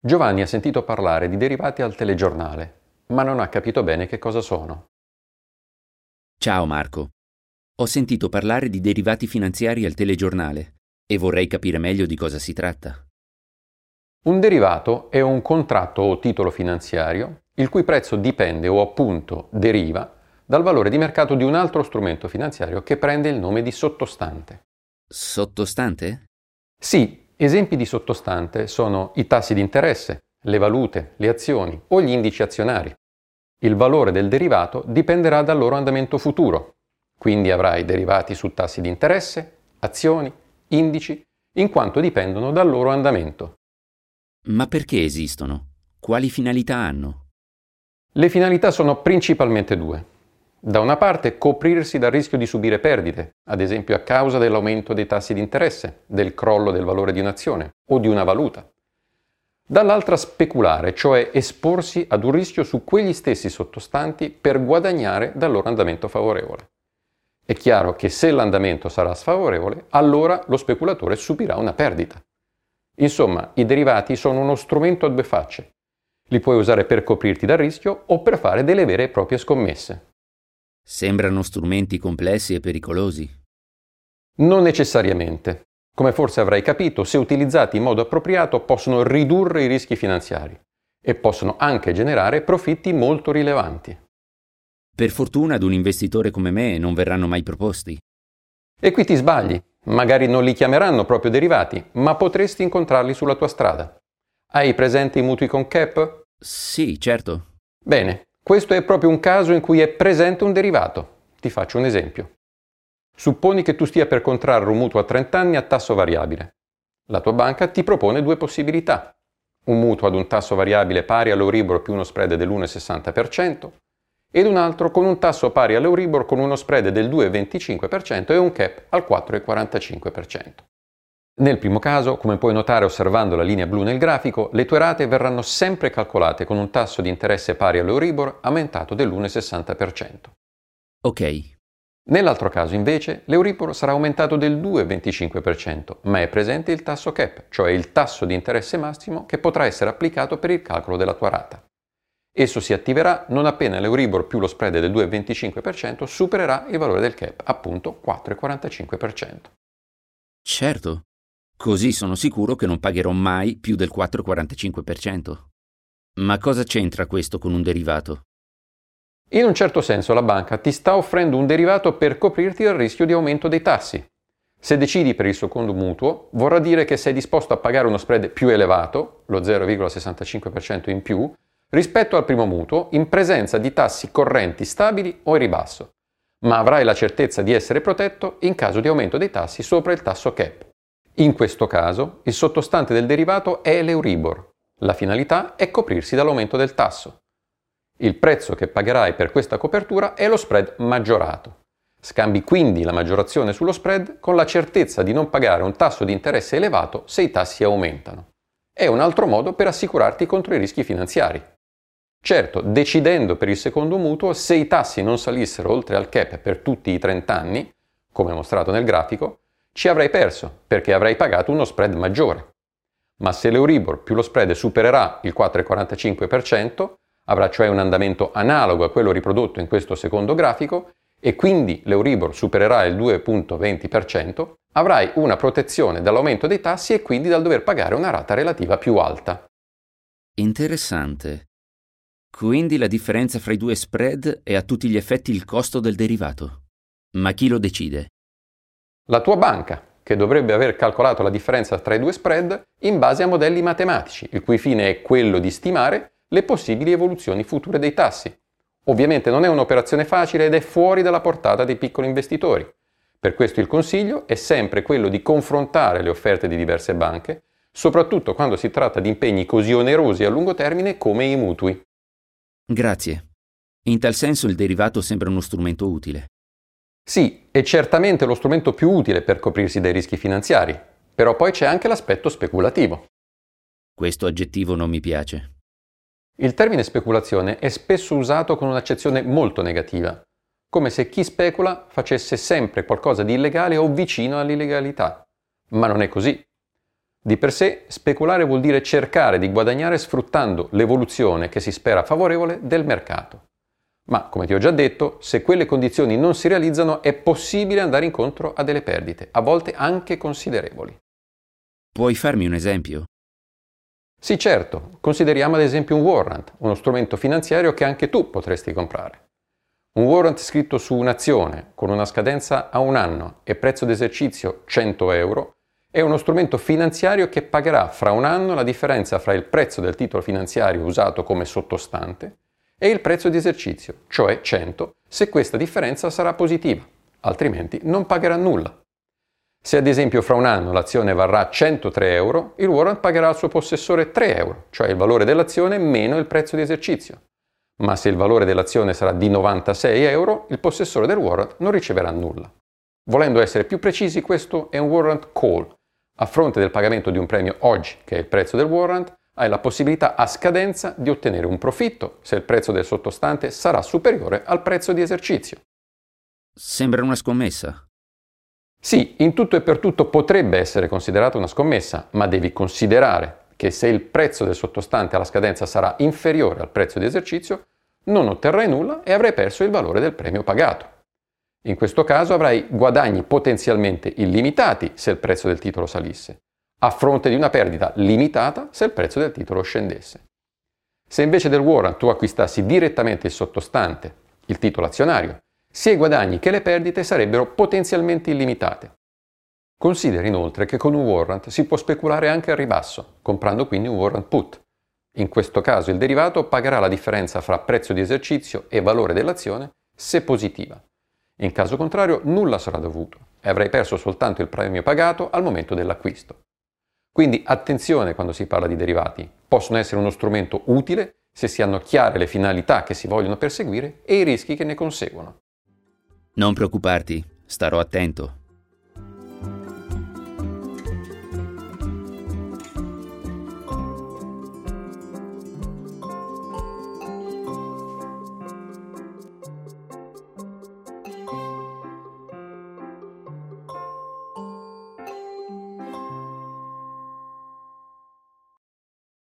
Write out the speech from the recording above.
Giovanni ha sentito parlare di derivati al telegiornale, ma non ha capito bene che cosa sono. Ciao Marco. Ho sentito parlare di derivati finanziari al telegiornale e vorrei capire meglio di cosa si tratta. Un derivato è un contratto o titolo finanziario il cui prezzo dipende o appunto deriva dal valore di mercato di un altro strumento finanziario che prende il nome di sottostante. Sottostante? Sì, esempi di sottostante sono i tassi di interesse, le valute, le azioni o gli indici azionari. Il valore del derivato dipenderà dal loro andamento futuro, quindi avrai derivati su tassi di interesse, azioni, indici, in quanto dipendono dal loro andamento. Ma perché esistono? Quali finalità hanno? Le finalità sono principalmente due. Da una parte coprirsi dal rischio di subire perdite, ad esempio a causa dell'aumento dei tassi di interesse, del crollo del valore di un'azione o di una valuta. Dall'altra speculare, cioè esporsi ad un rischio su quegli stessi sottostanti per guadagnare dal loro andamento favorevole. È chiaro che se l'andamento sarà sfavorevole, allora lo speculatore subirà una perdita. Insomma, i derivati sono uno strumento a due facce. Li puoi usare per coprirti dal rischio o per fare delle vere e proprie scommesse. Sembrano strumenti complessi e pericolosi. Non necessariamente. Come forse avrai capito, se utilizzati in modo appropriato possono ridurre i rischi finanziari e possono anche generare profitti molto rilevanti. Per fortuna ad un investitore come me non verranno mai proposti. E qui ti sbagli. Magari non li chiameranno proprio derivati, ma potresti incontrarli sulla tua strada. Hai presente i mutui con cap? Sì, certo. Bene, questo è proprio un caso in cui è presente un derivato. Ti faccio un esempio. Supponi che tu stia per contrarre un mutuo a 30 anni a tasso variabile. La tua banca ti propone due possibilità. Un mutuo ad un tasso variabile pari all'Euribor più uno spread dell'1,60% ed un altro con un tasso pari all'Euribor con uno spread del 2,25% e un cap al 4,45%. Nel primo caso, come puoi notare osservando la linea blu nel grafico, le tue rate verranno sempre calcolate con un tasso di interesse pari all'Euribor aumentato dell'1,60%. Ok. Nell'altro caso, invece, l'Euribor sarà aumentato del 2,25%, ma è presente il tasso cap, cioè il tasso di interesse massimo che potrà essere applicato per il calcolo della tua rata. Esso si attiverà non appena l'Euribor più lo spread del 2,25% supererà il valore del cap, appunto 4,45%. Certo. Così sono sicuro che non pagherò mai più del 4,45%. Ma cosa c'entra questo con un derivato? In un certo senso la banca ti sta offrendo un derivato per coprirti dal rischio di aumento dei tassi. Se decidi per il secondo mutuo, vorrà dire che sei disposto a pagare uno spread più elevato, lo 0,65% in più, rispetto al primo mutuo in presenza di tassi correnti stabili o in ribasso, ma avrai la certezza di essere protetto in caso di aumento dei tassi sopra il tasso cap. In questo caso, il sottostante del derivato è l'Euribor. La finalità è coprirsi dall'aumento del tasso. Il prezzo che pagherai per questa copertura è lo spread maggiorato. Scambi quindi la maggiorazione sullo spread con la certezza di non pagare un tasso di interesse elevato se i tassi aumentano. È un altro modo per assicurarti contro i rischi finanziari. Certo, decidendo per il secondo mutuo, se i tassi non salissero oltre al cap per tutti i 30 anni, come mostrato nel grafico, ci avrai perso perché avrai pagato uno spread maggiore. Ma se l'Euribor più lo spread supererà il 4,45%, avrà cioè un andamento analogo a quello riprodotto in questo secondo grafico e quindi l'Euribor supererà il 2,20%, avrai una protezione dall'aumento dei tassi e quindi dal dover pagare una rata relativa più alta. Interessante. Quindi la differenza fra i due spread è a tutti gli effetti il costo del derivato. Ma chi lo decide? La tua banca, che dovrebbe aver calcolato la differenza tra i due spread in base a modelli matematici, il cui fine è quello di stimare le possibili evoluzioni future dei tassi. Ovviamente non è un'operazione facile ed è fuori dalla portata dei piccoli investitori. Per questo il consiglio è sempre quello di confrontare le offerte di diverse banche, soprattutto quando si tratta di impegni così onerosi a lungo termine come i mutui. Grazie. In tal senso il derivato sembra uno strumento utile. Sì, è certamente lo strumento più utile per coprirsi dai rischi finanziari, però poi c'è anche l'aspetto speculativo. Questo aggettivo non mi piace. Il termine speculazione è spesso usato con un'accezione molto negativa, come se chi specula facesse sempre qualcosa di illegale o vicino all'illegalità. Ma non è così. Di per sé, speculare vuol dire cercare di guadagnare sfruttando l'evoluzione che si spera favorevole del mercato. Ma, come ti ho già detto, se quelle condizioni non si realizzano è possibile andare incontro a delle perdite, a volte anche considerevoli. Puoi farmi un esempio? Sì, certo, consideriamo ad esempio un warrant, uno strumento finanziario che anche tu potresti comprare. Un warrant scritto su un'azione con una scadenza a 1 anno e prezzo d'esercizio 100 euro è uno strumento finanziario che pagherà fra 1 anno la differenza fra il prezzo del titolo finanziario usato come sottostante e il prezzo di esercizio, cioè 100, se questa differenza sarà positiva, altrimenti non pagherà nulla. Se ad esempio fra 1 anno l'azione varrà 103 euro, il warrant pagherà al suo possessore 3 euro, cioè il valore dell'azione meno il prezzo di esercizio. Ma se il valore dell'azione sarà di 96 euro, il possessore del warrant non riceverà nulla. Volendo essere più precisi, questo è un warrant call. A fronte del pagamento di un premio oggi, che è il prezzo del warrant, hai la possibilità a scadenza di ottenere un profitto se il prezzo del sottostante sarà superiore al prezzo di esercizio. Sembra una scommessa. Sì, in tutto e per tutto potrebbe essere considerata una scommessa, ma devi considerare che se il prezzo del sottostante alla scadenza sarà inferiore al prezzo di esercizio, non otterrai nulla e avrai perso il valore del premio pagato. In questo caso avrai guadagni potenzialmente illimitati se il prezzo del titolo salisse, a fronte di una perdita limitata se il prezzo del titolo scendesse. Se invece del warrant tu acquistassi direttamente il sottostante, il titolo azionario, sia i guadagni che le perdite sarebbero potenzialmente illimitate. Consideri inoltre che con un warrant si può speculare anche al ribasso, comprando quindi un warrant put. In questo caso il derivato pagherà la differenza fra prezzo di esercizio e valore dell'azione se positiva. In caso contrario nulla sarà dovuto e avrai perso soltanto il premio pagato al momento dell'acquisto. Quindi attenzione quando si parla di derivati, possono essere uno strumento utile se si hanno chiare le finalità che si vogliono perseguire e i rischi che ne conseguono. Non preoccuparti, starò attento.